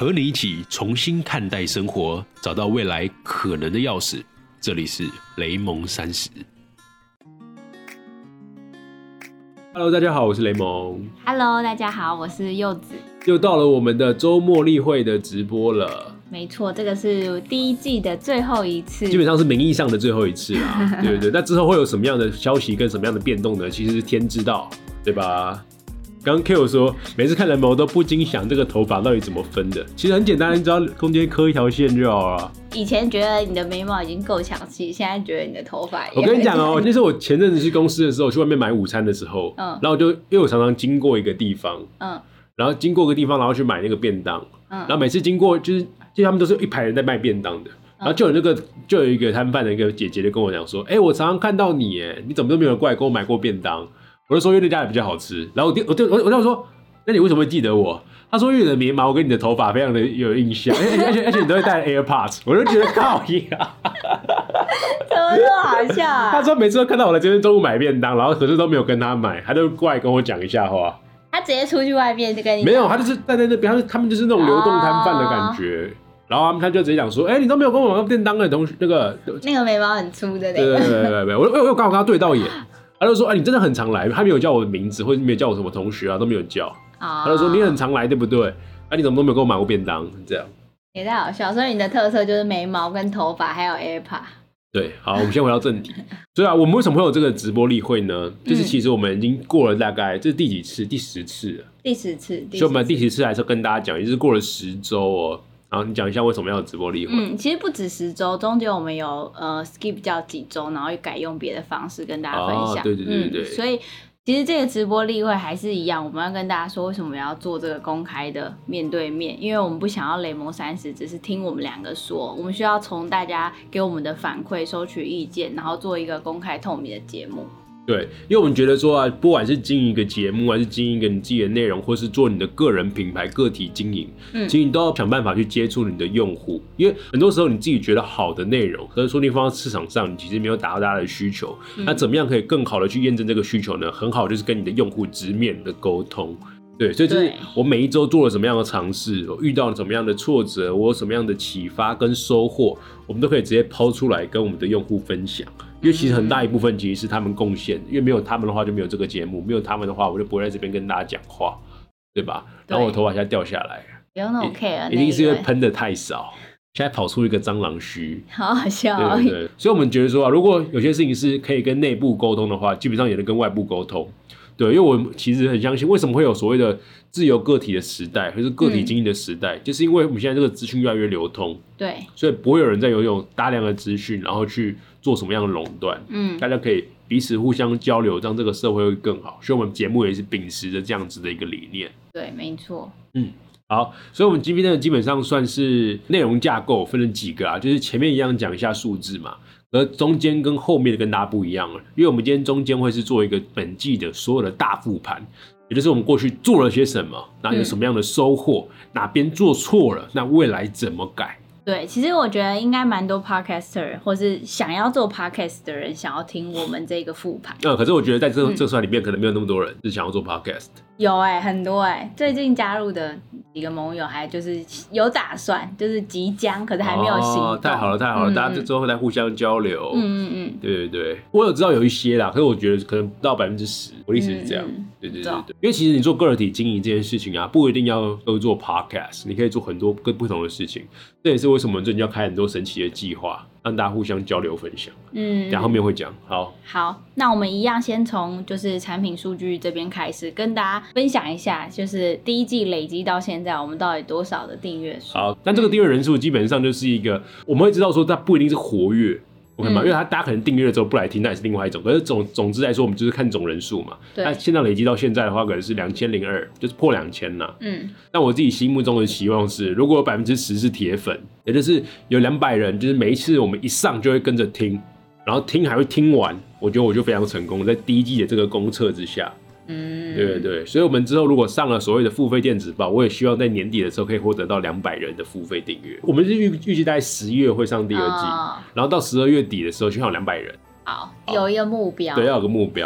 和你一起重新看待生活，找到未来可能的钥匙。这里是雷蒙30。Hello， 大家好，我是雷蒙。 Hello， 大家好，我是柚子。 又到了我们的周末例会的直播了。 没错，这个是第一季的最后一次， 基本上是名义上的最后一次啦。对对对，那之后会有什么样的消息跟什么样的变动呢？其实是天知道，对吧？刚刚 Q 说，每次看人毛都不禁想这个头发到底怎么分的。其实很简单，你只要中间刻一条线就好了。 以前觉得你的眉毛已经够强气，现在觉得你的头发也…… 我跟你讲哦，那是我前阵子去公司的时候，去外面买午餐的时候，然后因为我常常经过一个地方，然后经过一个地方，然后去买那个便当，然后每次经过就他们都是一排人在卖便当的，然后就有一个摊贩的一个姐姐就跟我讲说，我常常看到你，你怎么都没有人过来跟我买过便当？我就说因为那家也比较好吃，然后我就说，那你为什么会记得我？他说因为你的眉毛跟你的头发非常的有印象，而且你都会戴 AirPods， 我就觉得靠呀， 怎么这么好笑啊？ 他说每次都看到我在这边中午买便当，然后可是都没有跟他买，他就过来跟我讲一下话。 他直接出去外面就跟你没有，他就是站在那边，他们就是那种流动摊贩的感觉。然后他就直接讲说，你都没有跟我买便当的同学，那个眉毛很粗的那个。 对，我刚好跟他对到眼。他就说：“你真的很常来。”他没有叫我的名字，或者没有叫我什么同学啊，都没有叫。他就说：“你很常来，对不对？你怎么都没有给我买过便当？”这样也太好笑。所以你的特色就是眉毛跟头发，还有 AirPod。 对，好，我们先回到正题。所以我们为什么会有这个直播例会呢？就是其实我们已经过了大概这是第几次？第10次了。 第10次。 所以我们第10次还是要跟大家讲，也就是过了10周哦。然后你讲一下为什么要有直播例会？ 其实不止10周，中间我们有skip 掉几周，然后改用别的方式跟大家分享。 对。 所以其实这个直播例会还是一样，我们要跟大家说为什么要做这个公开的面对面，因为我们不想要雷蒙30只是听我们两个说，我们需要从大家给我们的反馈收取意见，然后做一个公开透明的节目。 对，因为我们觉得说不管是经营一个节目，还是经营一个你自己的内容，或是做你的个人品牌、个体经营，其实你都要想办法去接触你的用户，因为很多时候你自己觉得好的内容，可是说你放到市场上，你其实没有达到大家的需求。那怎么样可以更好的去验证这个需求呢？很好，就是跟你的用户直面的沟通。对，所以就是我每一周做了什么样的尝试，我遇到了什么样的挫折，我有什么样的启发跟收获，我们都可以直接抛出来跟我们的用户分享。因为其实很大一部分其实是他们贡献，因为没有他们的话就没有这个节目，没有他们的话我就不会在这边跟大家讲话，对吧？然后我头发现在掉下来， 不用那么 care， 一定是因为喷的太少，现在跑出一个蟑螂须， 好好笑。 对，所以我们觉得说如果有些事情是可以跟内部沟通的话，基本上也能跟外部沟通。对，因为我其实很相信，为什么会有所谓的自由个体的时代，或是个体经营的时代，就是因为我们现在这个资讯越来越流通， 对， 所以不会有人再有大量的资讯，然后去做什么样的垄断，大家可以彼此互相交流，让这个社会会更好。所以我们节目也是秉持着这样子的一个理念。 对，没错。 好，所以我们今天呢，基本上算是内容架构分了几个啊，就是前面一样讲一下数字嘛。而中间跟后面的跟大家不一样了，因为我们今天中间会是做一个本季的所有的大复盘，也就是我们过去做了些什么，那有什么样的收获，哪边做错了，那未来怎么改。 对，其实我觉得应该蛮多 podcaster 或是想要做 podcast 的人想要听我们这个复盘。 可是我觉得在这算里面可能没有那么多人是想要做 podcast。 有很多最近加入的几个盟友还就是有打算，就是即将，可是还没有行动。 太好了，大家之后再互相交流。对，我有知道有一些啦，可是我觉得可能不到10%，我的意思是这样。对，因为其实你做个体经营这件事情啊，不一定要都做 podcast， 你可以做很多更不同的事情。这也是为什么我们最近要开很多神奇的计划，让大家互相交流分享。等一下后面会讲。 好，那我们一样先从就是产品数据这边开始，跟大家分享一下，就是第一季累积到现在我们到底多少的订阅数。 好，但这个订阅人数基本上就是一个我们会知道说它不一定是活跃。OK 吗？因为大家可能订阅了之后不来听，那也是另外一种。可是总之来说，我们就是看总人数嘛。那现在累积到现在的话，可能是2002，就是破2000啦。那我自己心目中的期望是，如果有10%是铁粉，也就是有200人，就是每一次我们一上就会跟着听，然后听还会听完，我觉得我就非常成功，在第一季的这个公测之下。对，所以我们之后如果上了所谓的付费电子报，我也希望在年底的时候可以获得到200人的付费订阅。我们是预计大概10月会上第2季，然后到12月底的时候就要200人。 好，有一个目标， 对，要有个目标。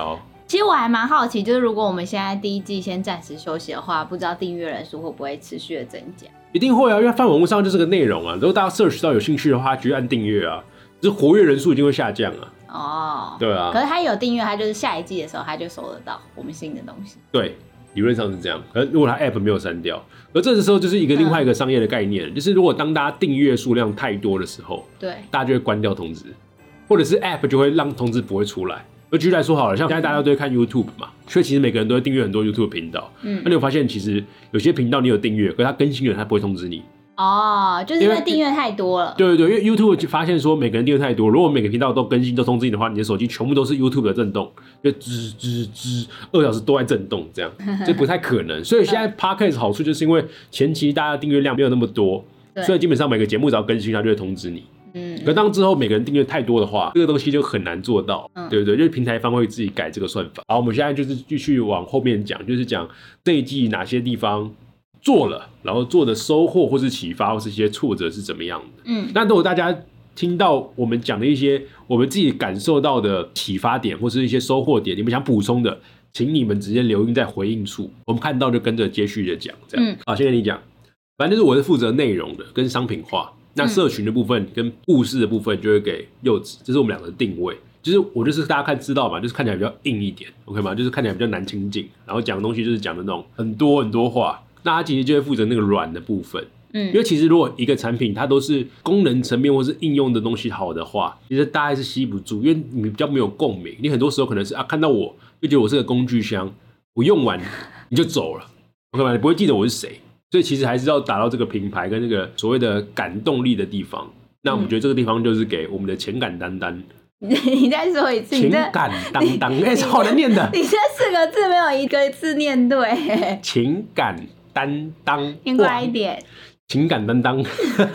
其实我还蛮好奇，就是如果我们现在第一季先暂时休息的话，不知道订阅人数会不会持续的增加？ 一定会啊，因为放网络上就是个内容啊，如果大家 search 到有兴趣的话，就按订阅啊，就是活跃人数一定会下降啊。 哦， 对啊。 可是他有订阅，他就是下一季的时候他就收得到我们新的东西。 对，理论上是这样。可是如果他 app 没有删掉，而这个时候就是另外一个商业的概念，就是如果当大家订阅数量太多的时候， 对， 大家就会关掉通知，或者是 app 就会让通知不会出来。举例来说好了，像现在大家都会看 YouTube 嘛，所以其实每个人都会订阅很多 YouTube 频道。那你有发现，其实有些频道你有订阅，可是它更新了，它不会通知你。 哦，就是因为订阅太多了。 对，因为 YouTube 就发现说每个人订阅太多，如果每个频道都更新都通知你的话，你的手机全部都是 YouTube 的震动，就吱吱吱，2小时都在震动，这样这不太可能。所以现在 Podcast 好处就是因为前期大家的订阅量没有那么多，所以基本上每个节目只要更新，它就会通知你。可当之后每个人订阅太多的话，这个东西就很难做到，对不对？就是平台方会自己改这个算法。好，我们现在就是继续往后面讲，就是讲这一季哪些地方做了，然后做的收获或是启发或是一些挫折是怎么样的。那如果大家听到我们讲的一些我们自己感受到的启发点或是一些收获点，你们想补充的，请你们直接留言在回应处，我们看到就跟着接续的讲，这样。好，先跟你讲，反正就是我是负责内容的跟商品化。那社群的部分跟故事的部分就会给柚子，这是我们两个的定位。就是我就是大家知道嘛，就是看起来比较硬一点 ，OK 吗？就是看起来比较难亲近，然后讲的东西就是讲的那种很多话。那他其实就会负责那个软的部分。因为其实如果一个产品它都是功能层面或是应用的东西好的话，其实大家是吸不住，因为你比较没有共鸣。你很多时候可能是看到我就觉得我是个工具箱，我用完你就走了 ，OK 吗？你不会记得我是谁。所以其实还是要达到这个品牌跟那个所谓的感动力的地方。那我们觉得这个地方就是给我们的情感担当。 你再说一次， 情感担当，好难念的。 你这4个字没有一个字念对。 情感担当， 念快一点。 情感担当。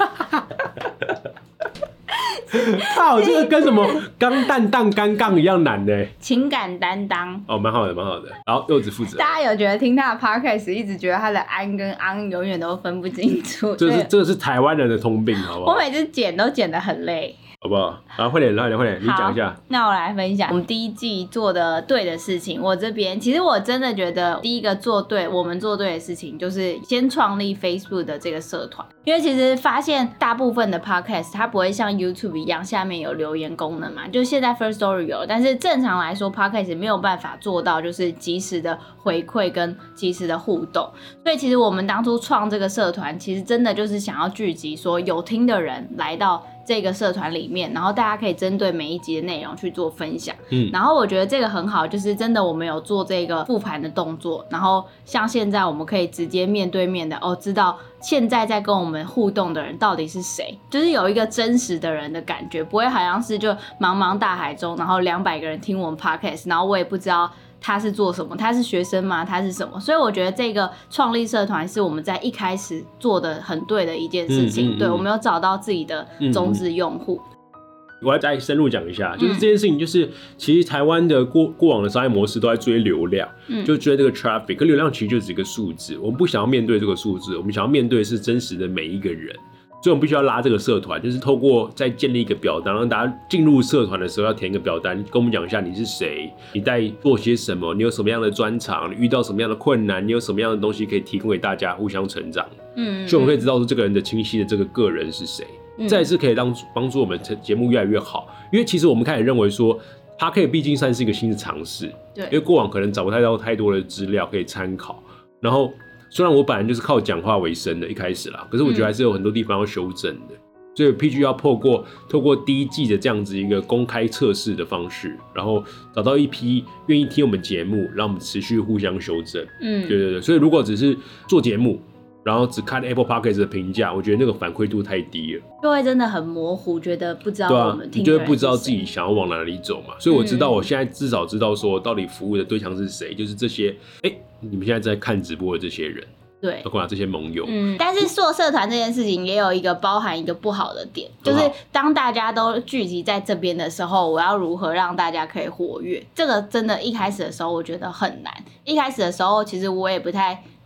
靠，这个跟什么钢蛋蛋干杠一样难的。 情感担当哦，蛮好的，蛮好的。然后柚子负责。 大家有觉得听他的 podcast 一直觉得他的安跟昂永远都分不清楚？ 这个是台湾人的通病，好不好？ 我每次剪都剪得很累。 好不好？好，快点，你讲一下。 那我来分享我们第一季做的对的事情。我这边其实我真的觉得，第一个我们做对的事情，就是先创立 Facebook 的这个社团。因为其实发现大部分的 podcast 它不会像 YouTube 一样下面有留言功能嘛，就现在 First Story 有，但是正常来说 podcast 没有办法做到就是及时的回馈跟及时的互动。所以其实我们当初创这个社团，其实真的就是想要聚集说有听的人来到这个社团里面，然后大家可以针对每一集的内容去做分享。然后我觉得这个很好，就是真的我们有做这个复盘的动作，然后像现在我们可以直接面对面的知道现在在跟我们互动的人到底是谁，就是有一个真实的人的感觉，不会好像是就茫茫大海中，然后200个人听我们 podcast， 然后我也不知道他是做什么，他是学生吗？他是什么？所以我觉得这个创立社团是我们在一开始做的很对的一件事情。对，我们有找到自己的种子用户。 我要再深入讲一下，就是这件事情，就是其实台湾的过往的商业模式都在追流量，就追这个 traffic， 可流量其实就是一个数字，我们不想要面对这个数字，我们想要面对的是真实的每一个人。所以我们必须要拉这个社团，就是透过再建立一个表单，让大家进入社团的时候要填一个表单，跟我们讲一下你是谁，你在做些什么，你有什么样的专长，你遇到什么样的困难，你有什么样的东西可以提供给大家互相成长。所以我们可以知道说这个人的清晰的这个个人是谁，再是可以帮助我们节目越来越好。因为其实我们开始认为说Podcast毕竟算是一个新的尝试，对，因为过往可能找不到太多的资料可以参考，然后虽然我本来就是靠讲话为生的一开始啦，可是我觉得还是有很多地方要修正的，所以必须要透过第一季的这样子一个公开测试的方式，然后找到一批愿意听我们节目，让我们持续互相修正。对，所以如果只是做节目，然后只看 Apple Podcast 的评价，我觉得那个反馈度太低了， 就会真的很模糊，觉得不知道我们听的人是谁， 你就会不知道自己想要往哪里走嘛。所以我知道，我现在至少知道说到底服务的对象是谁，就是这些你们现在在看直播的这些人，对，包括这些盟友。 但是做社团这件事情也有一个包含一个不好的点，就是当大家都聚集在这边的时候，我要如何让大家可以活跃？这个真的一开始的时候我觉得很难。一开始的时候，其实我也不太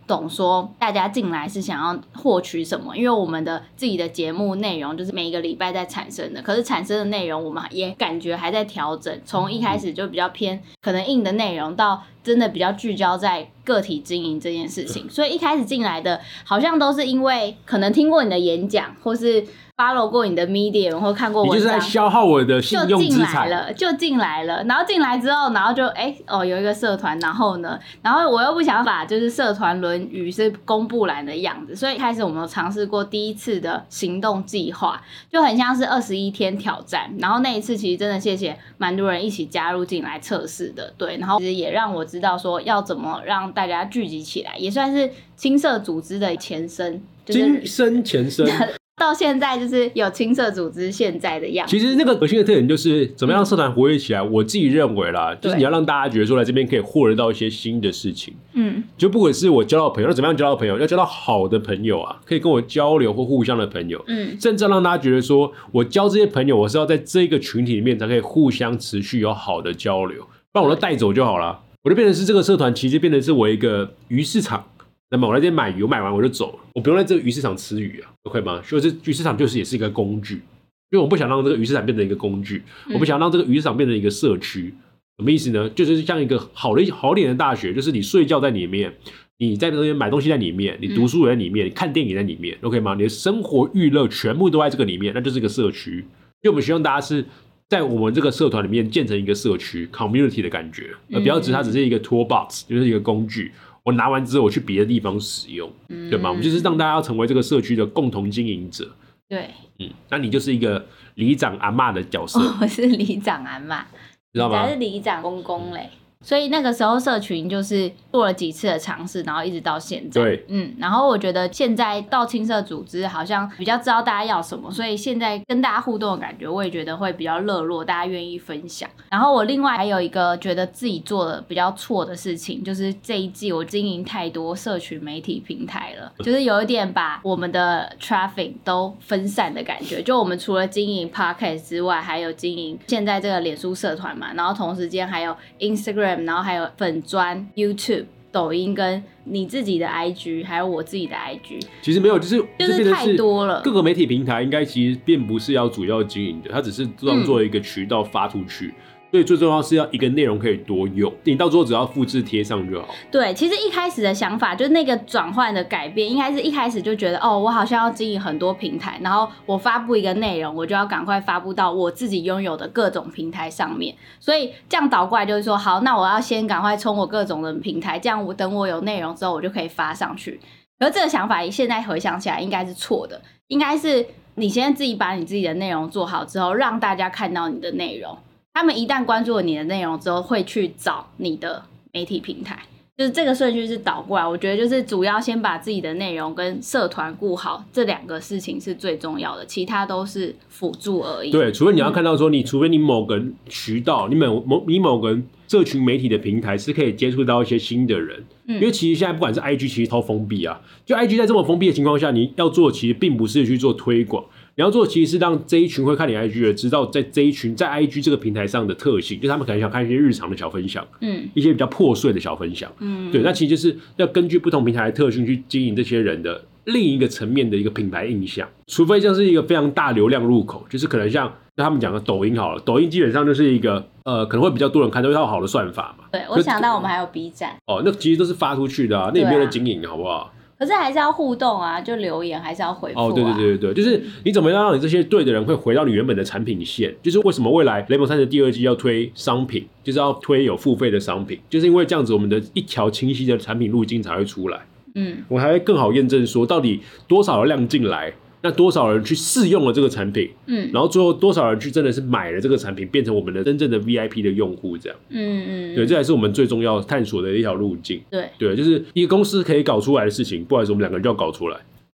懂说大家进来是想要获取什么，因为我们的自己的节目内容就是每一个礼拜在产生的，可是产生的内容我们也感觉还在调整，从一开始就比较偏可能硬的内容到真的比较聚焦在个体经营这件事情，所以一开始进来的好像都是因为可能听过你的演讲或是follow 过你的 Medium 或看过文章， 你就是在消耗我的信用资产， 就进来了，然后进来之后，然后就有一个社团，然后我又不想把就是社团论语是公布栏的样子，所以开始我们有尝试过第一次的行动计划，就很像是21天挑战，然后那一次其实真的谢谢蛮多人一起加入进来测试的，对，然后其实也让我知道说要怎么让大家聚集起来，也算是青社组织的前身， 今生前身。 到现在就是有青社组织现在的样子。 其实那个核心的特点就是怎么样社团活跃起来，我自己认为啦，就是你要让大家觉得说来这边可以获得到一些新的事情。就不管是我交到朋友，那怎么样交到朋友？要交到好的朋友啊，可以跟我交流或互相的朋友。甚至让大家觉得说我交这些朋友，我是要在这个群体里面才可以互相持续有好的交流，不然我都带走就好了。我就变成是这个社团，其实变成是我一个鱼市场。那么我来这边买鱼，我买完我就走了，我不用在这个鱼市场吃鱼啊 ，OK 吗？就是鱼市场就是也是一个工具，因为我不想让这个鱼市场变成一个工具，我不想让这个鱼市场变成一个社区。什么意思呢？就是像一个好点的大学，就是你睡觉在里面，你在那边买东西在里面，你读书也在里面，你看电影在里面 ，OK 吗？你的生活娱乐全部都在这个里面，那就是一个社区。因为我们希望大家是在我们这个社团里面建成一个社区 community 的感觉，而不要它只是一个 toolbox， 就是一个工具。我拿完之后，我去别的地方使用，对吗？我们就是让大家成为这个社区的共同经营者。 对， 那你就是一个里长阿嬷的角色。 我是里长阿嬷， 知道吗？ 才是里长公公嘞。所以那个时候社群就是做了几次的尝试，然后一直到现在。 对， 然后我觉得现在到青社组织好像比较知道大家要什么，所以现在跟大家互动的感觉，我也觉得会比较热络，大家愿意分享。然后我另外还有一个觉得自己做的比较错的事情，就是这一季我经营太多社群媒体平台了，就是有一点把我们的 traffic 都分散的感觉。就我们除了经营 podcast 之外，还有经营现在这个脸书社团嘛，然后同时间还有 Instagram。然后还有粉专、YouTube、抖音跟你自己的 IG， 还有我自己的 IG。 其实没有，就是太多了。 各个媒体平台应该其实并不是要主要经营的，它只是当做一个渠道发出去。所以最重要是要一个内容可以多用，你到时候只要复制贴上就好。 对，其实一开始的想法就是那个转换的改变，应该是一开始就觉得我好像要经营很多平台，然后我发布一个内容，我就要赶快发布到我自己拥有的各种平台上面。所以这样倒过来就是说，好，那我要先赶快冲我各种的平台，这样等我有内容之后，我就可以发上去。可是这个想法现在回想起来应该是错的，应该是你先自己把你自己的内容做好之后，让大家看到你的内容。他们一旦关注了你的内容之后，会去找你的媒体平台，就是这个顺序是倒过来。我觉得就是主要先把自己的内容跟社团顾好，这两个事情是最重要的，其他都是辅助而已。 对，除非你要看到说除非你某个渠道，你某个社群媒体的平台是可以接触到一些新的人，因为其实现在不管是 IG 其实超封闭啊，就 IG 在这么封闭的情况下，你要做的其实并不是去做推广。你要做的其实是让这一群会看你 IG 的知道在这一群在 IG 这个平台上的特性，就是他们可能想看一些日常的小分享，一些比较破碎的小分享，对，那其实就是要根据不同平台的特性去经营这些人的另一个层面的一个品牌印象，除非像是一个非常大流量入口，就是可能像他们讲的抖音好了，抖音基本上就是一个可能会比较多人看，都有好的算法嘛。 对，我想到我们还有 B 站， 那其实都是发出去的啊，那也没有人经营，好不好？ 可是还是要互动啊，就留言还是要回复啊。 对，就是你怎么样让你这些对的人会回到你原本的产品线？就是为什么未来雷蒙30第二季要推商品，就是要推有付费的商品，就是因为这样子我们的一条清晰的产品路径才会出来。我还会更好验证说到底多少的量进来，那多少人去试用了这个产品，然后最后多少人去真的是买了这个产品，变成我们的真正的 VIP 的用户，这样，对，这才是我们最重要探索的一条路径。对，就是一个公司可以搞出来的事情，不好意思，我们两个人就要搞出来。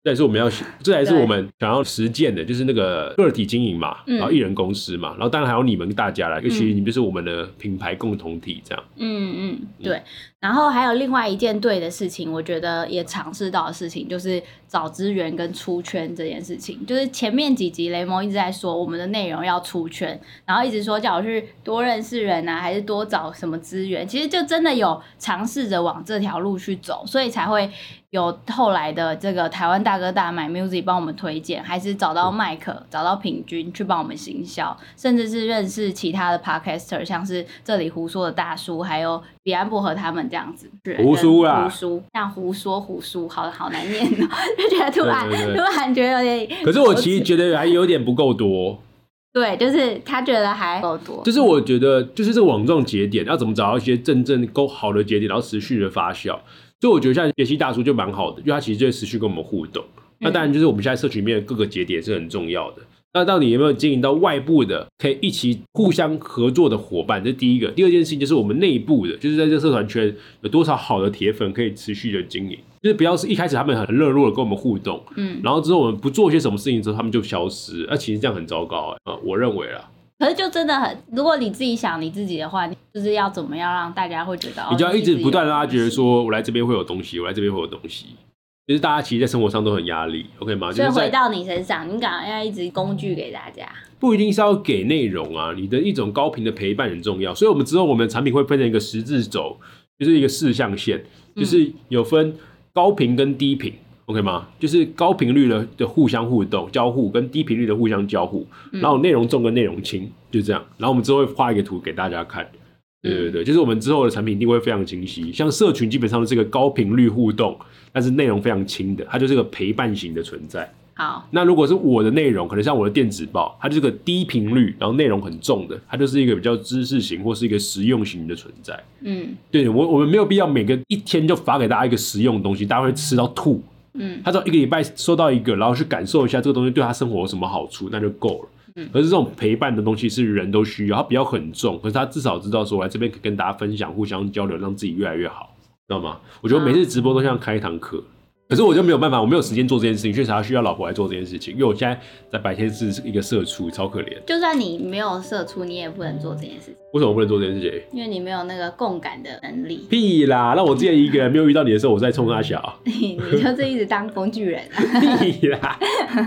这才是我们想要实践的，就是那个个体经营嘛，然后艺人公司嘛，然后当然还有你们大家啦，尤其你们就是我们的品牌共同体这样。 对。然后还有另外一件对的事情，我觉得也尝试到的事情，就是找资源跟出圈这件事情。就是前面几集雷蒙一直在说我们的内容要出圈，然后一直说叫我去多认识人啊，还是多找什么资源，其实就真的有尝试着往这条路去走，所以才会有后来的这个台湾大哥大买 music 帮我们推荐，还是找到麦克、找到品君去帮我们行销，甚至是认识其他的 podcaster， 像是这里胡说的大叔，还有彼岸薄荷他们这样子。 胡叔啦， 胡叔，像胡说胡叔，好难念哦，就觉得突然觉得有点。 可是我其实觉得还有点不够多。 对，就是他觉得还够多。就是我觉得，就是这个网状节点要怎么找到一些真正够好的节点，然后持续的发酵。所以我觉得像杰西大叔就蛮好的，因为他其实就会持续跟我们互动。那当然就是我们现在社群里面的各个节点是很重要的。那到底有没有经营到外部的可以一起互相合作的伙伴？这是第一个。第二件事情就是我们内部的，就是在这个社团圈有多少好的铁粉可以持续的经营，就是不要是一开始他们很热络的跟我们互动，然后之后我们不做些什么事情之后他们就消失，其实这样很糟糕我认为啦。 可是就真的很，如果你自己想你自己的话，就是要怎么样让大家会觉得， 你就要一直不断让他觉得说我来这边会有东西，我来这边会有东西。就是大家其实在生活上都很压力 ，OK 吗？ 所以回到你身上，你赶快要一直工具给大家， 不一定是要给内容啊，你的一种高频的陪伴很重要。所以我们之后我们的产品会分成一个十字轴，就是一个4象限，就是有分高频跟低频 ，OK 吗？就是高频率的互相互动交互，跟低频率的互相交互，然后内容重跟内容轻，就这样。然后我们之后会画一个图给大家看。对，就是我们之后的产品定位非常清晰，像社群基本上是一个高频率互动，但是内容非常轻的，它就是个陪伴型的存在。 好， 那如果是我的内容，可能像我的电子报，它就是个低频率，然后内容很重的，它就是一个比较知识型或是一个实用型的存在。对，我们没有必要每个一天就发给大家一个实用的东西，大家会吃到吐。他只要一个礼拜收到一个，然后去感受一下这个东西对他生活有什么好处，那就够了。可是这种陪伴的东西是人都需要，它比较很重，可是他至少知道说，来这边可以跟大家分享、互相交流，让自己越来越好，知道吗？我觉得每次直播都像开一堂课，可是我就没有办法，我没有时间做这件事情，确实还需要老婆来做这件事情，因为我现在在白天是一个社畜，超可怜。就算你没有社畜，你也不能做这件事情。 为什么不能做这件事情？ 因为你没有那个共感的能力。 屁啦！那我之前一个人没有遇到你的时候，我在冲他小。 你就是一直当工具人啊！ 屁啦！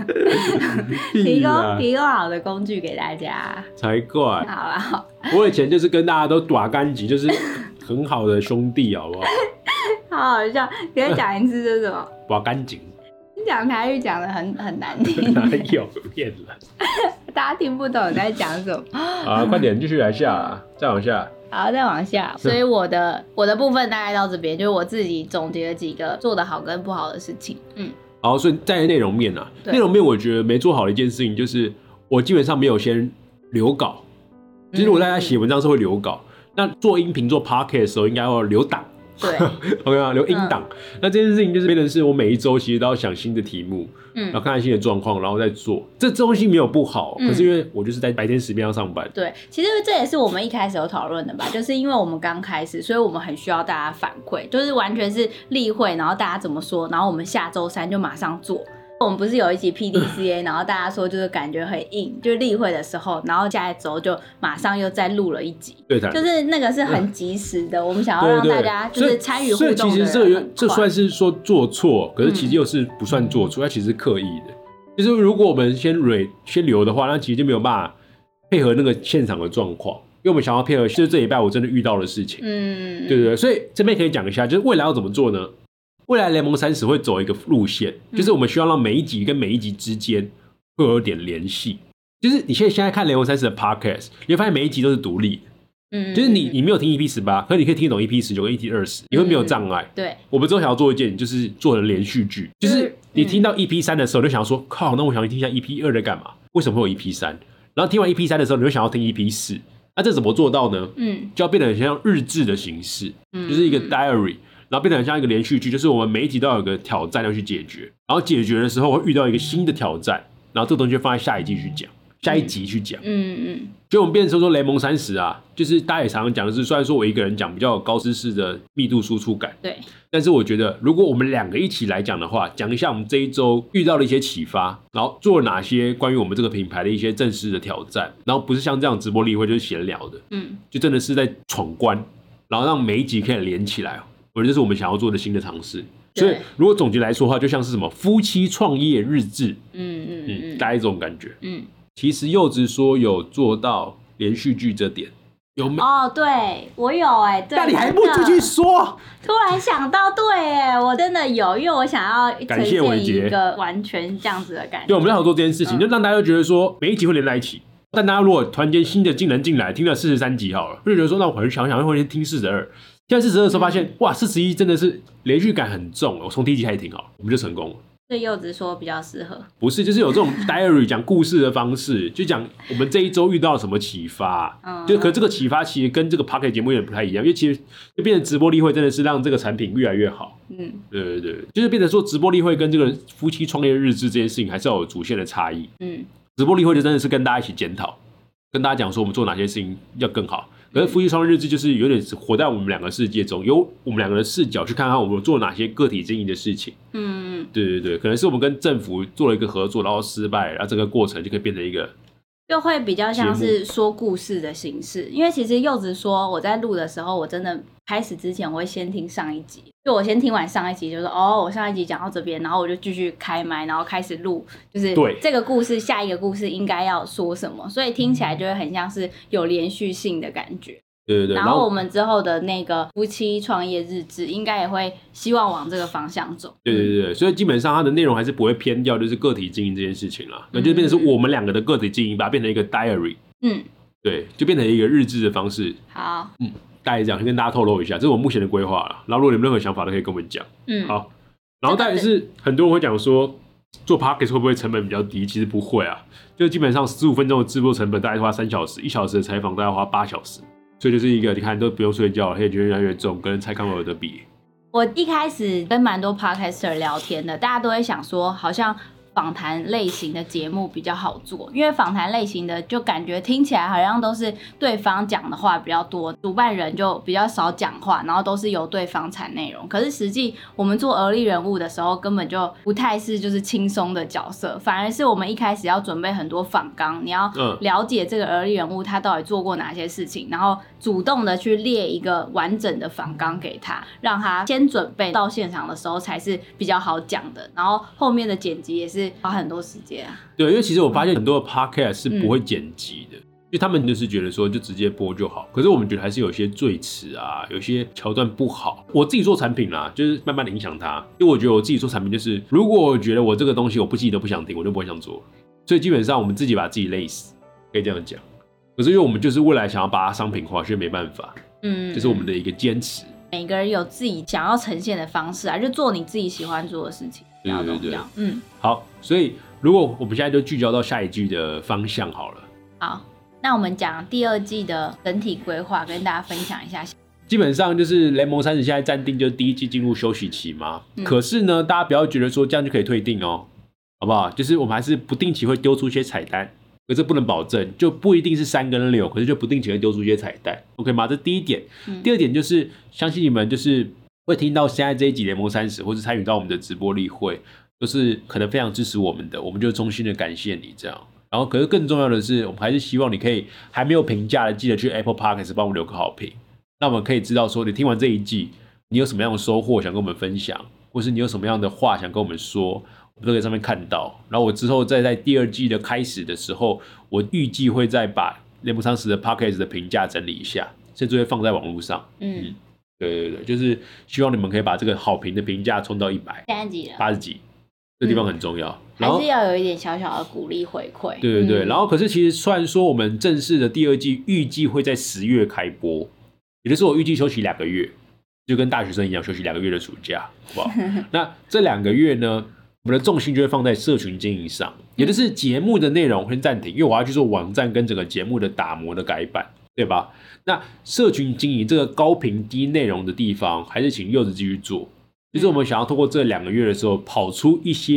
提供好的工具给大家， 才怪。 好啦，好。 我以前就是跟大家都打干净，就是很好的兄弟，好不好？ 好好笑！你再讲一次这是什么？ 打干净。 你讲台语讲的很难听。 哪有骗人？ 大家听不懂你在讲什么。 好，快点继续来下啦，再往下。 好，再往下。所以我的部分大概到这边，就是我自己总结了几个做得好跟不好的事情。 好，所以在内容面啊，内容面我觉得没做好的一件事情就是我基本上没有先留稿。就是如果大家写文章是会留稿，那做音频做 podcast 的时候应该要留档。 对 ，OK 吗？留音档。那这件事情就是变成是我每一周其实都要想新的题目，然后看看新的状况，然后再做。这东西没有不好，可是因为我就是在白天时间要上班。 对，其实这也是我们一开始有讨论的吧，就是因为我们刚开始，所以我们很需要大家反馈，就是完全是例会，然后大家怎么说，然后我们下周3就马上做。我们不是有一集 PDCA， 然后大家说就是感觉很硬，就是例会的时候，然后下一周就马上又再录了一集， 对， 就是那个是很及时的，我们想要让大家就是参与互动的人。 所以其实这算是说做错，可是其实又是不算做错，它其实是刻意的。就是如果我们先留的话，那其实就没有办法配合那个现场的状况，因为我们想要配合就是这礼拜我真的遇到的事情，对不对？所以这边可以讲一下，就是未来要怎么做呢？未来联盟30会走一个路线，就是我们需要让每一集跟每一集之间会有点联系。就是你现在看联盟30的 podcast， 你会发现每一集都是独立的。就是你没有听 EP18， 可是你可以听懂 EP19 跟 EP20， 你会没有障碍。 对，我们之后想要做一件，就是做成连续剧，就是你听到 EP3 的时候，你就想说，靠，那我想听一下 EP2 在干嘛？为什么会有 EP3？ 然后听完 EP3 的时候，你就想要听 EP4。那这怎么做到呢？就要变得很像日志的形式，就是一个 diary。然后变得很像一个连续剧，就是我们每一集都要有个挑战要去解决，然后解决的时候会遇到一个新的挑战，然后这个东西就放在下一季去讲。 下一集去讲。就我们变成说雷蒙30啊，就是大家也常常讲的是，虽然说我一个人讲比较有高知识的密度输出感， 对， 但是我觉得如果我们2个一起来讲的话，讲一下我们这一周遇到的一些启发，然后做了哪些关于我们这个品牌的一些正式的挑战，然后不是像这样直播例会就是闲聊的，就真的是在闯关，然后让每一集可以连起来，我觉得这是我们想要做的新的尝试。所以如果总结来说的话，就像是什么夫妻创业日志，大概这种感觉。其实柚子说有做到连续剧这点，有没有？ 哦，对我有对。 那你还不继续说？ 突然想到，对我真的有，因为我想要呈现一个完全这样子的感觉。 对，我们要做这件事情，就让大家都觉得说每一集会连在一起。但大家如果突然间新的技能进来，听了43集好了，就觉得说那我很想会先听42。现在42的时候发现，哇，41真的是连续感很重，我从第1集开始听好了，我们就成功了。 对柚子说比较适合， 不是，就是有这种 diary 讲故事的方式，就讲我们这一周遇到了什么启发，可这个启发其实跟这个 podcast 节目有点不太一样，因为其实就变成直播例会真的是让这个产品越来越好，对，就是变成说直播例会跟这个夫妻创业日志这件事情还是要有主线的差异，直播例会就真的是跟大家一起检讨，跟大家讲说我们做哪些事情要更好。可是夫妻创业日志就是有点活在我们2个世界中，由我们2个的视角去看看我们做哪些个体经营的事情。对，可能是我们跟政府做了一个合作，然后失败，然后这个过程就可以变成一个， 就会比较像是说故事的形式。因为其实柚子说我在录的时候，我真的开始之前我会先听上一集，就我先听完上一集，就说我上一集讲到这边，然后我就继续开麦，然后开始录，就是这个故事下一个故事应该要说什么，所以听起来就会很像是有连续性的感觉。对，然后我们之后的那个夫妻创业日志应该也会希望往这个方向走。 对，所以基本上它的内容还是不会偏掉，就是个体经营这件事情啦，那就变成是我们2个的个体经营，把它变成一个 diary。对，就变成一个日志的方式。 好， 大概这样，先跟大家透露一下，这是我目前的规划啦。然后如果你们任何想法都可以跟我们讲。好。然后大概是很多人会讲说，做 podcast 会不会成本比较低？其实不会啊，就基本上15分钟的制作成本大概花3小时，1小时的采访大概花8小时。所以就是一个你看都不用睡觉，而且觉得越来越重，跟蔡康永的比。 我一开始跟蛮多 podcaster 聊天的，大家都会想说，好像访谈类型的节目比较好做，因为访谈类型的就感觉听起来好像都是对方讲的话比较多，主办人就比较少讲话，然后都是由对方产内容。可是实际我们做而立人物的时候，根本就不太是就是轻松的角色，反而是我们一开始要准备很多访纲，你要了解这个而立人物他到底做过哪些事情，然后主动的去列一个完整的访纲给他，让他先准备，到现场的时候才是比较好讲的，然后后面的剪辑也是花很多时间啊。 对，因为其实我发现很多的 podcast 是不会剪辑的，因为他们就是觉得说就直接播就好。可是我们觉得还是有些赘词啊，有些桥段不好。我自己做产品啦，就是慢慢的影响它。因为我觉得我自己做产品就是，如果我觉得我这个东西我不记得不想听，我就不会想做。所以基本上我们自己把自己累死，可以这样讲。可是因为我们就是未来想要把它商品化，所以没办法。这是我们的一个坚持。 每个人有自己想要呈现的方式啊，就做你自己喜欢做的事情。 对，好，所以如果我们现在就聚焦到下一季的方向好了。 好，那我们讲第2季的整体规划，跟大家分享一下。 基本上就是雷蒙30现在暂定就是第1季进入休息期嘛。可是呢，大家不要觉得说这样就可以退订哦，好不好？就是我们还是不定期会丢出一些彩蛋。可是不能保证，就不一定是3跟6，可是就不定期会丢出一些彩蛋 ，OK 吗？这第一点。第2点就是相信你们就是会听到现在这一集联盟30，或是参与到我们的直播例会，都是可能非常支持我们的，我们就衷心的感谢你这样。然后，可是更重要的是，我们还是希望你可以还没有评价的，记得去 Apple Podcast 帮我们留个好评，那我们可以知道说你听完这一季，你有什么样的收获想跟我们分享，或是你有什么样的话想跟我们说。我们都可以上面看到，然后我之后再在第2季的开始的时候，我预计会再把联盟30的 podcast 的评价整理一下，甚至会放在网络上。对，就是希望你们可以把这个好评的评价冲到100。现在几了？80几，这地方很重要。 还是要有一点小小的鼓励回馈。 对，然后可是其实虽然说我们正式的第2季预计会在10月开播，也就是我预计休息2个月，就跟大学生一样休息2个月的暑假，好不好？那这2个月呢？我们的重心就会放在社群经营上，也就是节目的内容会暂停，因为我要去做网站跟整个节目的打磨的改版，对吧？那社群经营这个高频低内容的地方，还是请柚子继续做。就是我们想要透过这2个月的时候，跑出一些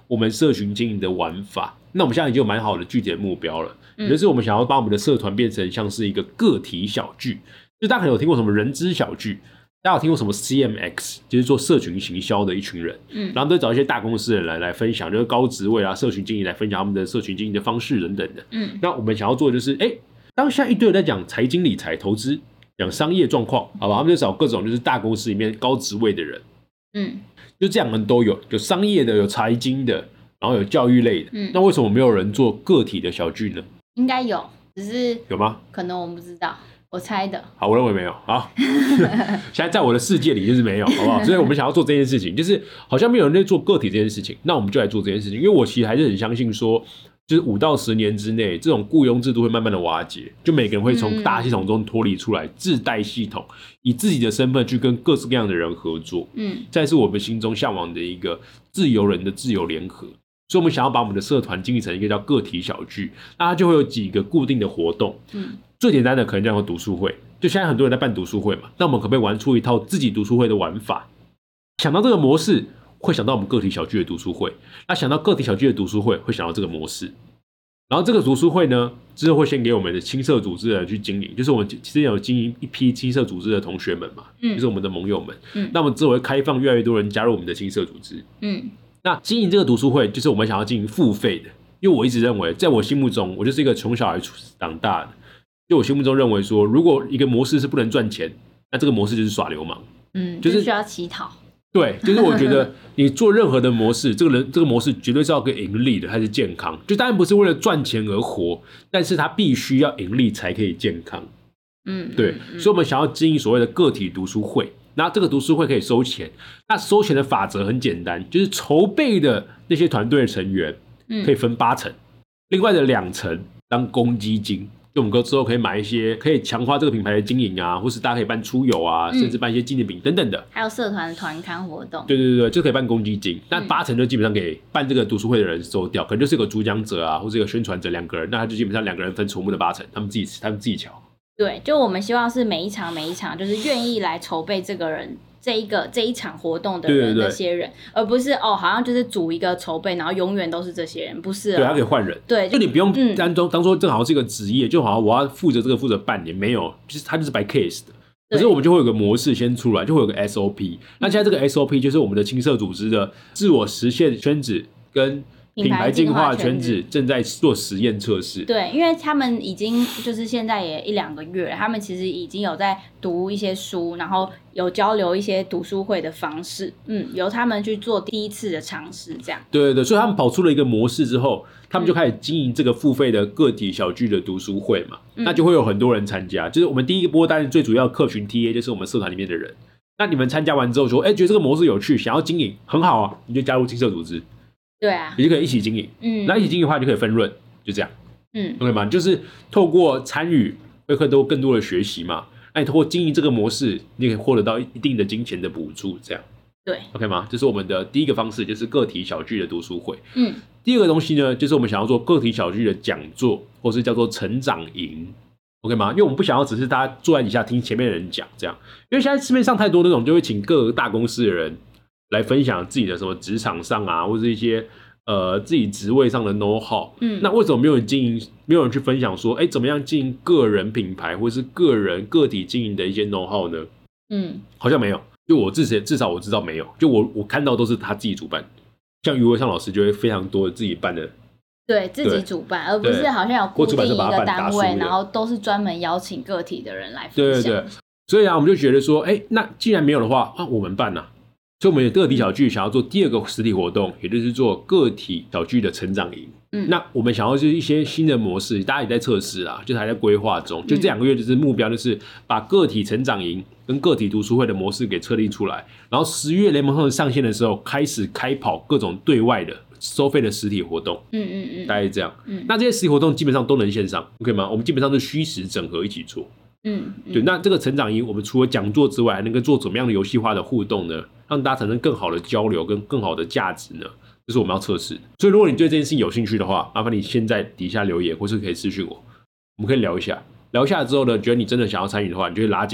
我们社群经营的玩法。那我们现在已经有蛮好的具体的目标了，也就是我们想要把我们的社团变成像是一个个体小聚，就大家可能有听过什么人资小聚，大家有听过什么 CMX， 就是做社群行销的一群人，然后都找一些大公司的人来分享，就是高职位啊、社群经营来分享他们的社群经营的方式等等的。那我们想要做的就是，当下一堆人在讲财经理财、投资，讲商业状况，好吧，他们就找各种就是大公司里面高职位的人，就这样人都有，有商业的，有财经的，然后有教育类的。那为什么没有人做个体的小聚呢？ 应该有，只是有吗？ 可能我们不知道。我猜的。 好，我认为没有。好，现在在我的世界里就是没有，好不好？所以我们想要做这件事情，就是好像没有人在做个体这件事情，那我们就来做这件事情。因为我其实还是很相信说，就是5到10年之内，这种雇佣制度会慢慢的瓦解，就每个人会从大系统中脱离出来，自带系统，以自己的身份去跟各式各样的人合作。这是我们心中向往的一个自由人的自由联合。所以我们想要把我们的社团经营成一个叫个体小聚，那它就会有几个固定的活动。最简单的可能叫读书会，就现在很多人在办读书会嘛，那我们可不可以玩出一套自己读书会的玩法？想到这个模式，会想到我们个体小聚的读书会，那想到个体小聚的读书会，会想到这个模式。然后这个读书会呢，之后会先给我们的青社组织的人去经营，就是我们之前有经营一批青社组织的同学们嘛，就是我们的盟友们。那我们之后会开放越来越多人加入我们的青社组织。那经营这个读书会，就是我们想要经营付费的，因为我一直认为，在我心目中，我就是一个从小孩长大的，就我心目中认为说，如果一个模式是不能赚钱，那这个模式就是耍流氓。 就是需要乞讨。 对，就是我觉得你做任何的模式，这个模式绝对是要跟盈利的，它是健康。就当然不是为了赚钱而活，但是它必须要盈利才可以健康。对，所以我们想要经营所谓的个体读书会。那这个读书会可以收钱，那收钱的法则很简单，就是筹备的那些团队的成员可以分8成，另外的2成当公积金，就我们之后可以买一些可以强化这个品牌的经营啊，或是大家可以办出游啊，甚至办一些纪念品等等的， 还有社团的团刊活动。 对，就可以办公积金。那8成就基本上给办这个读书会的人收掉，可能就是一个主讲者啊，或者一个宣传者2个人，那他就基本上2个人分筹募的8成，他们自己瞧。 对，就我们希望是每一场就是愿意来筹备这个人这一场活动的人，那些人，而不是好像就是组一个筹备，然后永远都是这些人，不是。 对，他可以换人。 对， 就你不用当做这好像是一个职业，就好像我要负责半年，没有，就是他就是 by case 的。可是我们就会有个模式先出来，就会有个 SOP。那现在这个 SOP 就是我们的青社组织的自我实现圈子跟品牌进化圈子正在做实验测试。 对，因为他们已经就是现在也1-2个月了，他们其实已经有在读一些书，然后有交流一些读书会的方式，由他们去做第一次的尝试，这样。对， 所以他们跑出了一个模式之后，他们就开始经营这个付费的个体小聚的读书会嘛，那就会有很多人参加。就是我们第一波当然最主要客群 TA 就是我们社团里面的人。那你们参加完之后说，觉得这个模式有趣，想要经营，很好啊，你就加入青社组织。 对啊， 你就可以一起经营。那一起经营的话，就可以分润，就这样。OK 吗？就是透过参与，会更多的学习嘛。那你透过经营这个模式，你可以获得到一定的金钱的补助，这样。 对 ，OK 吗？这是我们的第一个方式，就是个体小聚的读书会。第二个东西呢，就是我们想要做个体小聚的讲座，或是叫做成长营。OK 吗？因为我们不想要只是大家坐在底下听前面的人讲这样，因为现在市面上太多那种就会请各个大公司的人来分享自己的什么职场上啊，或是一些自己职位上的 know how。那为什么没有人去分享说，怎么样经营个人品牌或是个体经营的一些 know how 呢？好像没有。就我至少我知道没有。就我看到都是他自己主办，像余伟尚老师就会非常多自己办的。 对，自己主办，而不是好像有固定一个单位，然后都是专门邀请个体的人来分享。对， 所以我们就觉得说，那既然没有的话，我们办啊。所以我们有个体小聚想要做第2个实体活动，也就是做个体小聚的成长营。那我们想要就是一些新的模式，大家也在测试啦，就是还在规划中。就这2个月就是目标，就是把个体成长营跟个体读书会的模式给设立出来，然后10月联盟上上线的时候，开始开跑各种对外的收费的实体活动。大概是这样。那这些实体活动基本上都能线上 ，OK 吗？我们基本上是虚实整合一起做。对，那这个成长营，我们除了讲座之外，还能够做怎么样的游戏化的互动呢？让大家产生更好的交流跟更好的价值呢？这是我们要测试的。所以，如果你对这件事情有兴趣的话，麻烦你现在底下留言，或是可以私讯我，我们可以聊一下。聊一下之后呢，觉得你真的想要参与的话，你就会拉进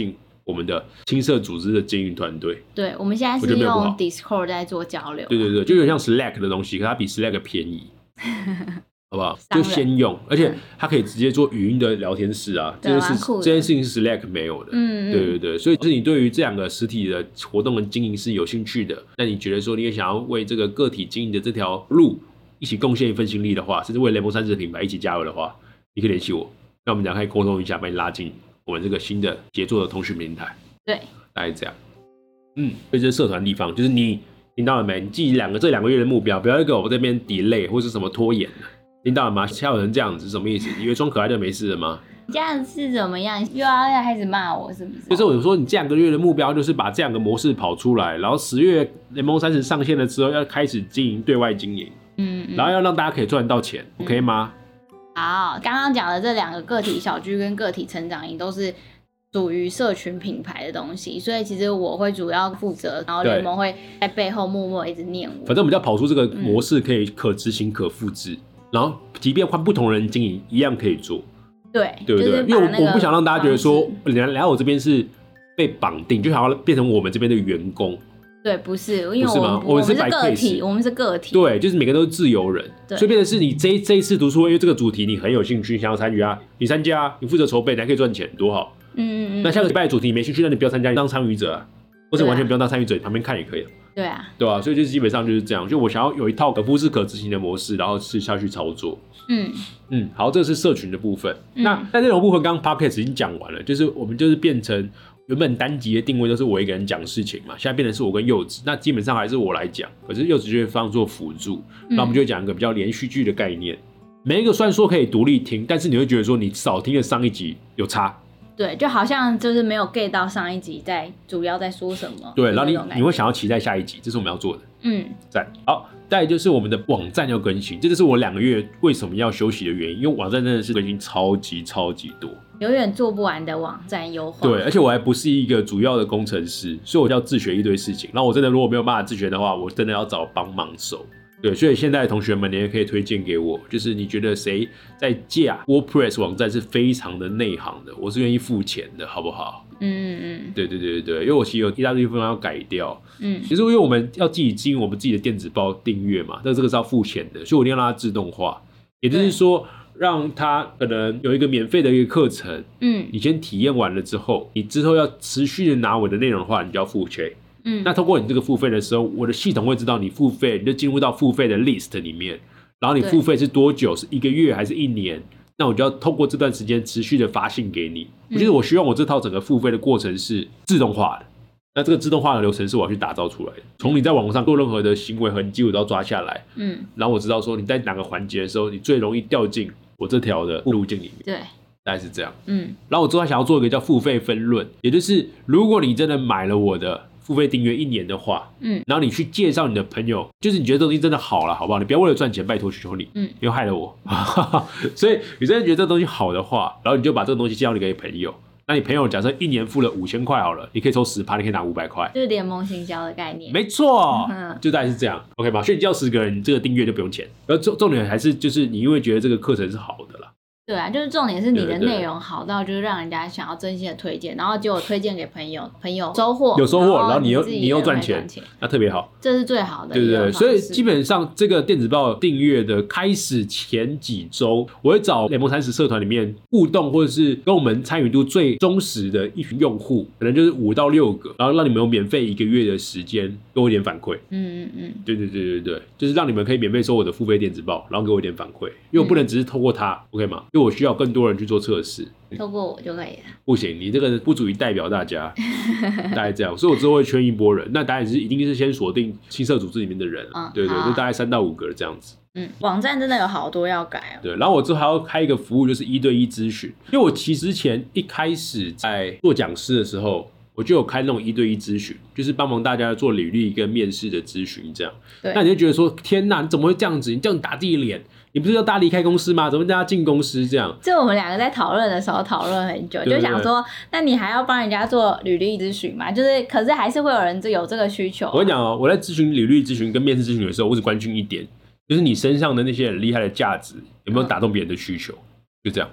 我们的青社组织的经营团队。 对，我们现在是用 Discord 在做交流。 对对对，就有点像 Slack 的东西，可它比 Slack 便宜。好不好？就先用，而且它可以直接做语音的聊天室啊，这件事情是 Slack 没有的。对对对，所以就是你对于这两个实体的活动的经营是有兴趣的，那你觉得说你也想要为这个个体经营的这条路一起贡献一份心力的话，甚至为雷蒙30的品牌一起加油的话，你可以联系我，那我们俩可以沟通一下，把你拉进我们这个新的协作的通讯平台。 对， 大概这样。所以这是社团地方，就是你听到了没？你记这2个月的目标，不要给我这边 delay 或是什么拖延。听到了吗？笑成这样子什么意思？以为装可爱就没事了吗？ 这样是怎么样？又要开始骂我是不是？ 就是我说你这2个月的目标就是把这2个模式跑出来，然后10月联盟30上线了之后要开始经营对外经营，然后要让大家可以赚到钱，OK 吗？ 好，刚刚讲的这2个个体小聚跟个体成长营都是属于社群品牌的东西，所以其实我会主要负责，然后联盟会在背后默默一直念我。 反正我们要跑出这个模式，可以可执行、可复制。然后，即便换不同人经营，一样可以做， 对不对？因为我不想让大家觉得说，来到我这边是被绑定，就想要变成我们这边的员工。 对，不是，因为我们是个体，我们是个体。 对，就是每个都是自由人，所以变成是你这一次读书会，因为这个主题你很有兴趣，想要参与啊，你参加啊，你负责筹备，你还可以赚钱，多好。那下个礼拜的主题你没兴趣，那你不要参加，你当参与者啊，或者完全不用当参与者，旁边看也可以。 对啊， 对啊，所以就基本上就是这样。就我想要有一套可复制、可执行的模式，然后是下去操作。好，这是社群的部分。那在内容部分，刚刚 Podcast 已经讲完了，就是我们就是变成原本单集的定位都是我一个人讲事情嘛，现在变成是我跟柚子，那基本上还是我来讲，可是柚子就会当做辅助。那我们就会讲一个比较连续剧的概念。每一个虽然说可以独立听，但是你会觉得说你少听了上一集有差。 对，就好像就是没有 get 到上一集主要在说什么。 对，然后你会想要期待下一集，这是我们要做的。赞。好，再来就是我们的网站要更新，这就是我2个月为什么要休息的原因，因为网站真的是更新超级多， 永远做不完的网站优化。 对，而且我还不是一个主要的工程师，所以我要自学一堆事情。然后我真的如果没有办法自学的话，我真的要找帮忙手。对，所以现在的同学们，你也可以推荐给我，就是你觉得谁在架 WordPress 网站是非常的内行的，我是愿意付钱的，好不好？对，因为我其实有一大堆地方要改掉。其实因为我们要自己经营我们自己的电子报订阅嘛，但这个是要付钱的，所以我一定要让它自动化，也就是说，让它可能有一个免费的一个课程，你先体验完了之后，你之后要持续的拿我的内容的话，你就要付钱。那通过你这个付费的时候，我的系统会知道你付费，你就进入到付费的 list 里面，然后你付费是多久，是1个月还是1年？那我就要透过这段时间持续的发信给你。就是我希望我这套整个付费的过程是自动化的，那这个自动化的流程是我要去打造出来的。从你在网上做任何的行为痕迹，我都要抓下来。然后我知道说你在哪个环节的时候，你最容易掉进我这条的路径里面。 对。 大概是这样。然后我之后还想要做一个叫付费分论，也就是如果你真的买了我的付费订阅1年的话，然后你去介绍你的朋友，就是你觉得这东西真的好了，好不好？你不要为了赚钱，拜托求你，因为害了我。所以你真的觉得这东西好的话，然后你就把这个东西介绍给朋友。那你朋友假设1年付了5000块好了，你可以抽10%，你可以拿500块， 就是联盟行销的概念。 没错，就大概是这样 ，OK 吗？所以你叫10个人，你这个订阅就不用钱。而重点还是就是你因为觉得这个课程是好的啦。 对啊，就是重点是你的内容好到就是让人家想要真心的推荐，然后结果推荐给朋友，朋友收获有收获，然后你又赚钱，那特别好， 这是最好的。 对，所以基本上这个电子报订阅的开始前几周，我会找联盟30社团里面互动或者是跟我们参与度最忠实的一群用户，可能就是5到6个，然后让你们有免费1个月的时间给我一点反馈。对，就是让你们可以免费收我的付费电子报，然后给我一点反馈，因为我不能只是透过它 ，OK 吗？因为我需要更多人去做测试， 透过我就可以了。 不行，你这个不足以代表大家，大概这样。所以我之后会圈一波人，那当然是一定是先锁定青社组织里面的人，对，就大概3到5个这样子。 网站真的有好多要改。 对，然后我之后还要开一个服务，就是1对1咨询。因为我其实一开始在做讲师的时候，我就有开那种1对1咨询，就是帮忙大家做履历跟面试的咨询这样。那你就觉得说，天哪，你怎么会这样子？你这样打自己脸。你不是要大家离开公司吗？怎么大家进公司这样？ 这我们2个在讨论的时候讨论很久，就想说，那你还要帮人家做履历咨询吗？就是，可是还是会有人有这个需求。 我跟你讲哦，我在咨询履历咨询跟面试咨询的时候，我只关心一点，就是你身上的那些很厉害的价值有没有打动别人的需求，就这样。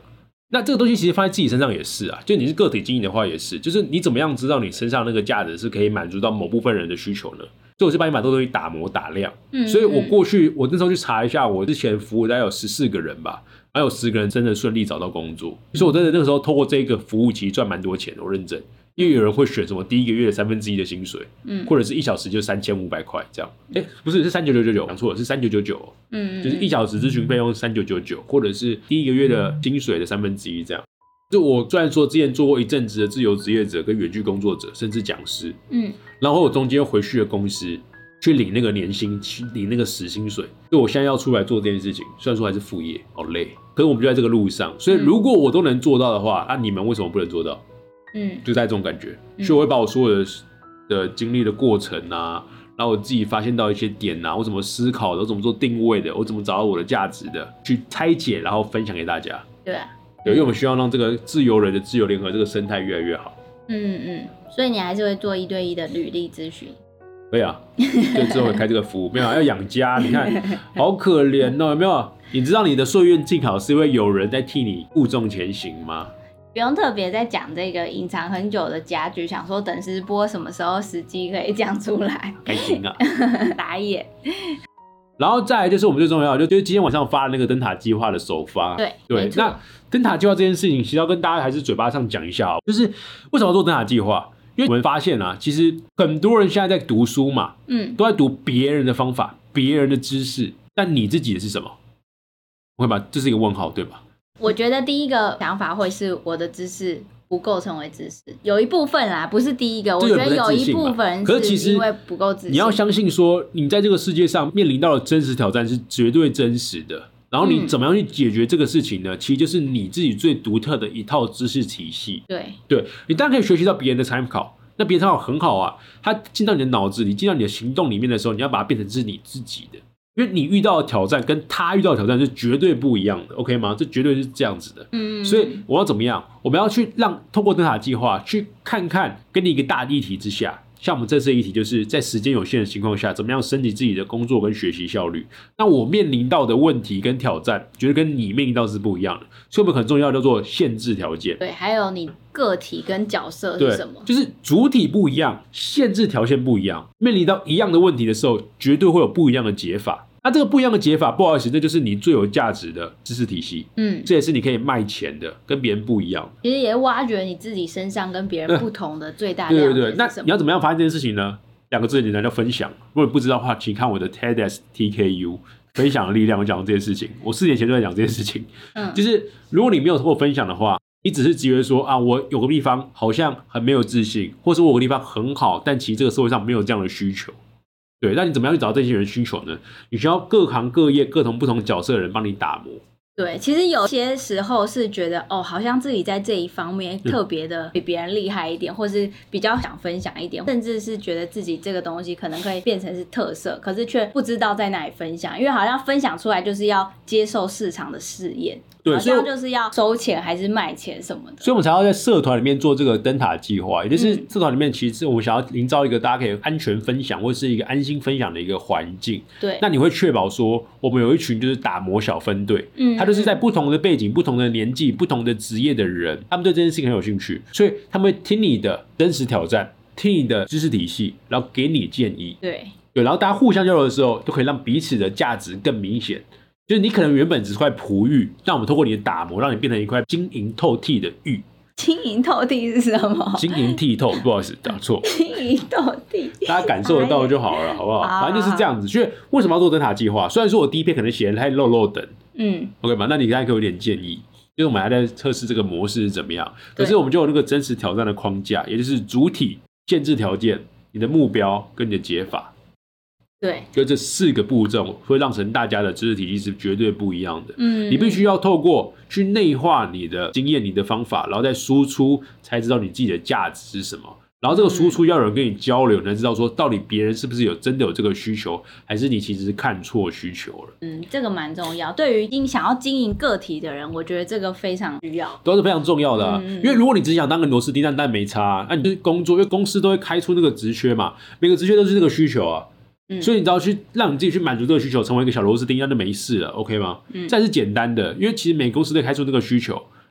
那这个东西其实放在自己身上也是啊，就你是个体经营的话也是，就是你怎么样知道你身上那个价值是可以满足到某部分人的需求呢？所以我是把你把这个东西打磨打亮。所以我过去我那时候去查一下，我之前服务大概有14个人吧，还有10个人真的顺利找到工作。所以我真的那个时候透过这个服务其实赚蛮多钱的，我认真。因为有人会选什么第一个月的1/3的薪水，或者是1小时就3500块这样。不是，是39999，讲错了，是3999。就是1小时咨询费用3999，或者是第一个月的薪水的1/3这样。就我虽然说之前做过一阵子的自由职业者跟远距工作者，甚至讲师，然后我中间回去了公司去领那个年薪，去领那个死薪水。就我现在要出来做这件事情，虽然说还是副业，好累，可是我们就在这个路上。所以如果我都能做到的话，那你们为什么不能做到？就在这种感觉，所以我会把我所有的经历的过程啊，然后我自己发现到一些点啊，我怎么思考的，我怎么做定位的，我怎么找到我的价值的，去拆解，然后分享给大家。 对， 因为我们需要让这个自由人的自由联合这个生态越来越好。 所以你还是会做1对1的履历咨询？ 可以啊，就之后会开这个服务。没有要养家，你看好可怜哦，有没有？你知道你的岁月静好是因为有人在替你负重前行吗？ 不用特别再讲这个隐藏很久的家具，想说等直播什么时候时机可以讲出来， 开心啊！ 打眼。 然后再来就是我们最重要的，就是今天晚上发的那个灯塔计划的首发。 对， 那灯塔计划这件事情，其实要跟大家还是嘴巴上讲一下，就是为什么要做灯塔计划？因为我们发现啊，其实很多人现在在读书嘛，都在读别人的方法、别人的知识，但你自己的是什么？会吧？这是一个问号，对吧？ 我觉得第一个想法会是我的知识不够成为知识，有一部分啦，不是第一个。我觉得有一部分是因为不够自信。 你要相信说，你在这个世界上面临到的真实挑战是绝对真实的。然后你怎么样去解决这个事情呢？其实就是你自己最独特的一套知识体系。对，你当然可以学习到别人的参考，那别人参考很好啊。他进到你的脑子里，进到你的行动里面的时候，你要把它变成是你自己的。因为你遇到的挑战跟他遇到的挑战是绝对不一样的 ，OK 吗？这绝对是这样子的。所以我要怎么样？我们要去透过灯塔计划去看看，跟你一个大议题之下，像我们这次的议题就是在时间有限的情况下，怎么样升级自己的工作跟学习效率。那我面临到的问题跟挑战，绝对跟你面临到是不一样的，所以我们很重要叫做限制条件。 对，还有你个体跟角色是什么？ 就是主体不一样，限制条件不一样，面临到一样的问题的时候，绝对会有不一样的解法。那这个不一样的解法，不好意思，这就是你最有价值的知识体系。这也是你可以卖钱的，跟别人不一样。 其实也挖掘你自己身上跟别人不同的最大亮点是什么。 那你要怎么样发现这件事情呢？2个字很简单，叫分享。如果你不知道的话，请看我的 TEDxTKU 分享的力量，我讲过这件事情。我4年前就在讲这件事情。就是如果你没有通过分享的话，你只是觉得说啊，我有个地方好像很没有自信，或者我有个地方很好，但其实这个社会上没有这样的需求。对，那你怎么样去找到这些人需求呢？你需要各行各业、各同不同角色的人帮你打磨。 对，其实有些时候是觉得好像自己在这一方面特别的比别人厉害一点，或是比较想分享一点，甚至是觉得自己这个东西可能可以变成是特色，可是却不知道在哪里分享，因为好像分享出来就是要接受市场的试验。对，好像就是要收钱还是卖钱什么的， 所以我们才要在社团里面做这个灯塔计划，也就是社团里面其实我们想要营造一个大家可以安全分享或是一个安心分享的一个环境。 对， 那你会确保说我们有一群就是打磨小分队，他就是在不同的背景、不同的年纪、不同的职业的人，他们对这件事情很有兴趣，所以他们会听你的真实挑战，听你的知识体系，然后给你建议。 对， 然后大家互相交流的时候，都可以让彼此的价值更明显。就是你可能原本只是块璞玉，但我们透过你的打磨，让你变成一块晶莹透剔的玉。 晶莹透剔是什么？ 晶莹剔透，不好意思，打错。 晶莹透剔， 大家感受得到就好了，好不好？反正就是这样子。所以为什么要做灯塔计划？虽然说我第一篇可能写的太漏等，OK 吗？那你大家给我一点建议，因为我们还在测试这个模式是怎么样。可是我们就有那个真实挑战的框架，也就是主体、限制条件、你的目标跟你的解法。 对， 就这4个步骤会让成大家的知识体系是绝对不一样的。你必须要透过去内化你的经验、你的方法，然后再输出，才知道你自己的价值是什么。然后这个输出要有人跟你交流，才知道说到底别人是不是真的有这个需求，还是你其实是看错需求了。 这个蛮重要。对于想要经营个体的人，我觉得这个非常需要， 都是非常重要的啊。因为如果你只想当个螺丝钉，那没差啊。那你就是工作，因为公司都会开出那个职缺嘛，每个职缺都是这个需求啊。所以你只要去让你自己去满足这个需求，成为一个小螺丝钉，那就没事了 ，OK 吗？这还是简单的，因为其实每个公司都开出这个需求，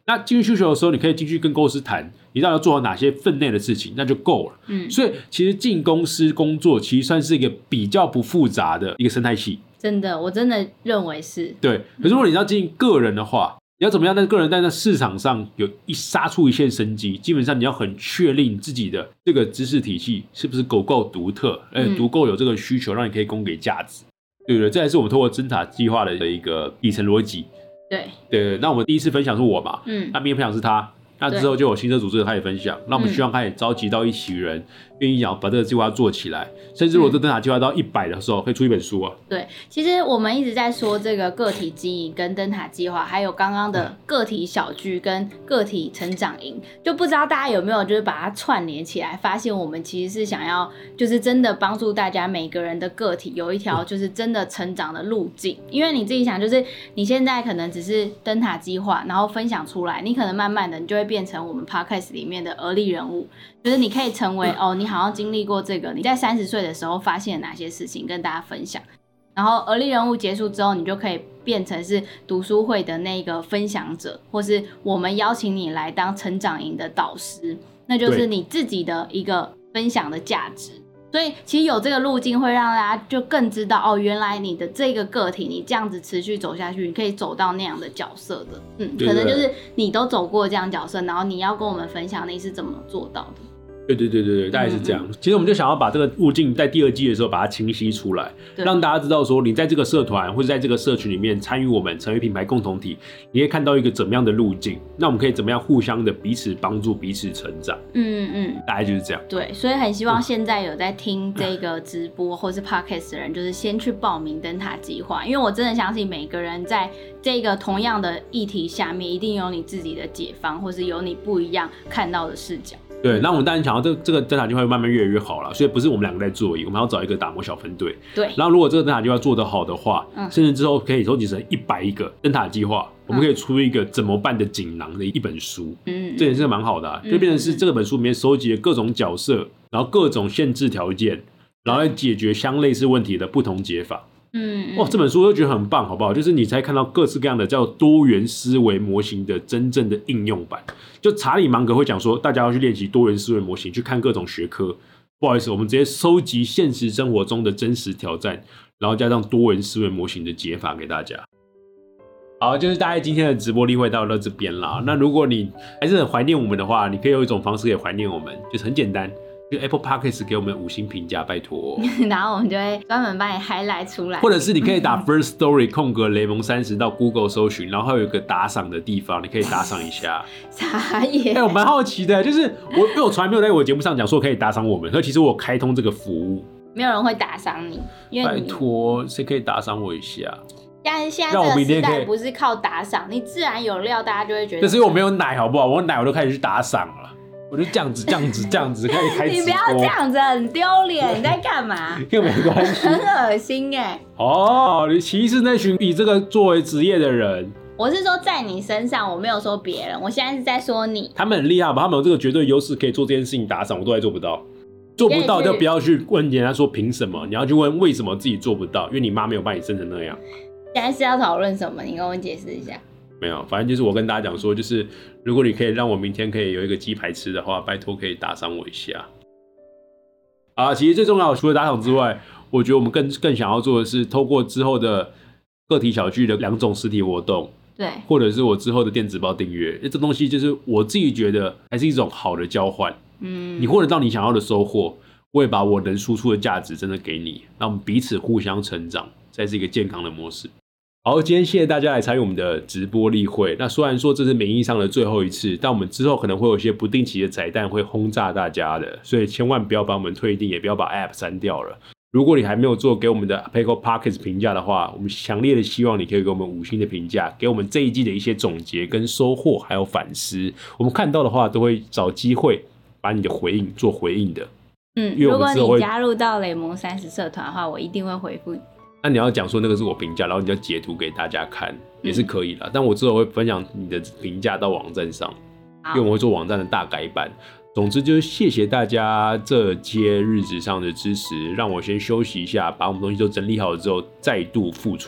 那进去需求的时候，你可以进去跟公司谈，你到底要做好哪些分内的事情，那就够了。所以其实进公司工作其实算是一个比较不复杂的一个生态系。 真的，我真的认为是。 对，可是如果你要进个人的话，你要怎么样在个人在那市场上杀出一线生机？基本上你要很确定自己的这个知识体系是不是够独特，足够有这个需求，让你可以供给价值。对不对？这还是我们透过侦查计划的一个底层逻辑。对，那我们第一次分享是我嘛，那明天分享是他，那之后就有新车组织开始分享。那我们希望开始召集到一起人，愿意把这个计划做起来，甚至如果这侦查计划到100的时候，可以出一本书啊。 对，其实我们一直在说这个个体经营跟灯塔计划，还有刚刚的个体小聚跟个体成长营，就不知道大家有没有就是把它串联起来，发现我们其实是想要就是真的帮助大家每个人的个体有一条就是真的成长的路径。因为你自己想，就是你现在可能只是灯塔计划，然后分享出来，你可能慢慢的你就会变成我们 podcast 里面的而立人物，就是你可以成为你好像经历过这个，你在30岁的时候发现哪些事情跟大家分享，然后而立人物结束之后，你就可以变成是读书会的那个分享者，或是我们邀请你来当成长营的导师，那就是你自己的一个分享的价值。所以其实有这个路径会让大家就更知道原来你的这个个体你这样子持续走下去，你可以走到那样的角色的。可能就是你都走过这样角色，然后你要跟我们分享你是怎么做到的。 对，大概是这样。其实我们就想要把这个路径在第2季的时候把它清晰出来，让大家知道说你在这个社团或者在这个社群里面参与我们成为品牌共同体，你可以看到一个怎么样的路径，那我们可以怎么样互相的彼此帮助彼此成长。大概就是这样。 对，所以很希望现在有在听这个直播或是 podcast 的人，就是先去报名灯塔计划，因为我真的相信每个人在这个同样的议题下面，一定有你自己的解方，或是有你不一样看到的视角。 对，那我们当然想要这个灯塔计划会慢慢越来越好啦，所以不是我们2个在做而已，我们要找一个打磨小分队。 对， 然后如果这个灯塔计划做得好的话，甚至之后可以收集成100个灯塔计划，我们可以出一个怎么办的锦囊的一本书。这也是蛮好的就变成是这个本书里面收集了各种角色，然后各种限制条件，然后来解决相类似问题的不同解法。这本书我就觉得很棒，好不好？就是你才看到各式各样的叫多元思维模型的真正的应用版。就查理芒格会讲说，大家要去练习多元思维模型，去看各种学科。不好意思，我们直接收集现实生活中的真实挑战，然后加上多元思维模型的解法给大家。好，就是大概今天的直播例会到这边啦。那如果你还是很怀念我们的话，你可以有一种方式可以怀念我们，就是很简单。就 Apple Podcast 给我们5星评价，拜托。 然后我们就会专门帮你 highlight 出来， 或者是你可以打 First Story 空格雷蒙30到 Google 搜寻，然后有一个打赏的地方，你可以打赏一下。 傻眼！ 我蛮好奇的，就是因为我从来没有在我节目上讲说可以打赏我们，可其实我开通这个服务， 没有人会打赏你，因为拜托，谁可以打赏我一下？ 但是现在这个时代不是靠打赏，你自然有料，大家就会觉得。 但是因为我没有奶，好不好？我有奶我都开始去打赏了。我就这样子开始开直播。 你不要这样子，很丢脸！你在干嘛？ 又没关系， 很恶心你歧视那群以这个作为职业的人。 我是说在你身上，我没有说别人，我现在是在说你。 他们很厉害吧？他们有这个绝对优势，可以做这件事情打赏，我都还做不到。做不到就不要去问人家说凭什么，你要去问为什么自己做不到，因为你妈没有把你生成那样。 现在是要讨论什么？你跟我解释一下。 没有，反正就是我跟大家讲说，就是如果你可以让我明天可以有一个鸡排吃的话，拜托可以打赏我一下。其实最重要的，除了打赏之外，我觉得我们更想要做的是，透过之后的个体小聚的2种实体活动， 对， 或者是我之后的电子报订阅，这东西就是我自己觉得还是一种好的交换。你获得到你想要的收获，我也把我能输出的价值真的给你，让我们彼此互相成长，才是一个健康的模式。好，今天谢谢大家来参与我们的直播例会。那虽然说这是名义上的最后一次，但我们之后可能会有一些不定期的彩蛋会轰炸大家的，所以千万不要把我们退订，也不要把 App 删掉了。如果你还没有做给我们的 Apple Podcast 评价的话，我们强烈的希望你可以给我们5星的评价，给我们这一季的一些总结跟收获还有反思，我们看到的话都会找机会把你的回应做回应的。 如果你加入到雷蒙30社团的话，我一定会回复你。 那你要讲说那个是我评价，然后你要截图给大家看，也是可以啦。但我之后会分享你的评价到网站上，因为我会做网站的大改版。总之就是谢谢大家这些日子上的支持，让我先休息一下，把我们东西都整理好了之后再度复出。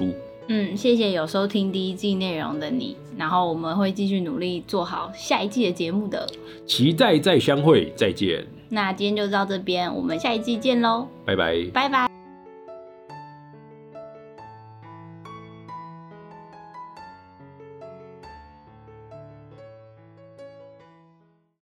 谢谢有收听第一季内容的你，然后我们会继续努力做好下一季的节目的， 期待再相会，再见。 那今天就到这边，我们下一季见喽， 拜拜， 拜拜。